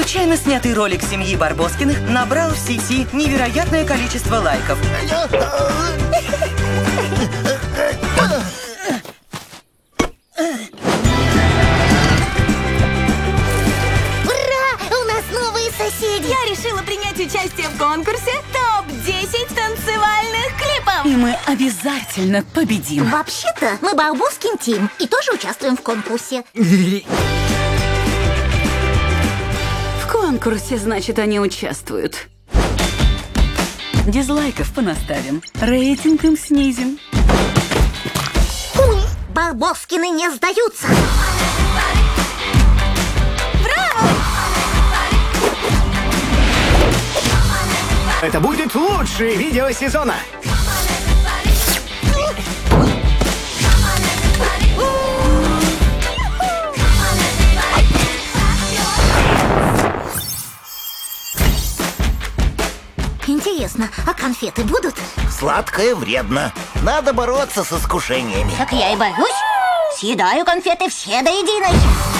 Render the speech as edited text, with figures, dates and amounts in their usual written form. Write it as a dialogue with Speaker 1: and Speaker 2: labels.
Speaker 1: Случайно снятый ролик семьи Барбоскиных набрал в сети невероятное количество лайков.
Speaker 2: Соседи. Я решила принять участие в конкурсе ТОП-10 танцевальных клипов.
Speaker 3: И мы обязательно победим.
Speaker 4: Вообще-то мы Барбоскин Тим и тоже участвуем в конкурсе.
Speaker 3: В конкурсе, значит, они участвуют. Дизлайков понаставим, рейтинг им снизим.
Speaker 4: Барбоскины не сдаются.
Speaker 5: Это будет лучшее видео сезона.
Speaker 4: Интересно, а конфеты будут?
Speaker 6: Сладкое вредно. Надо бороться с искушениями.
Speaker 4: Так я и борюсь. Съедаю конфеты все до единой.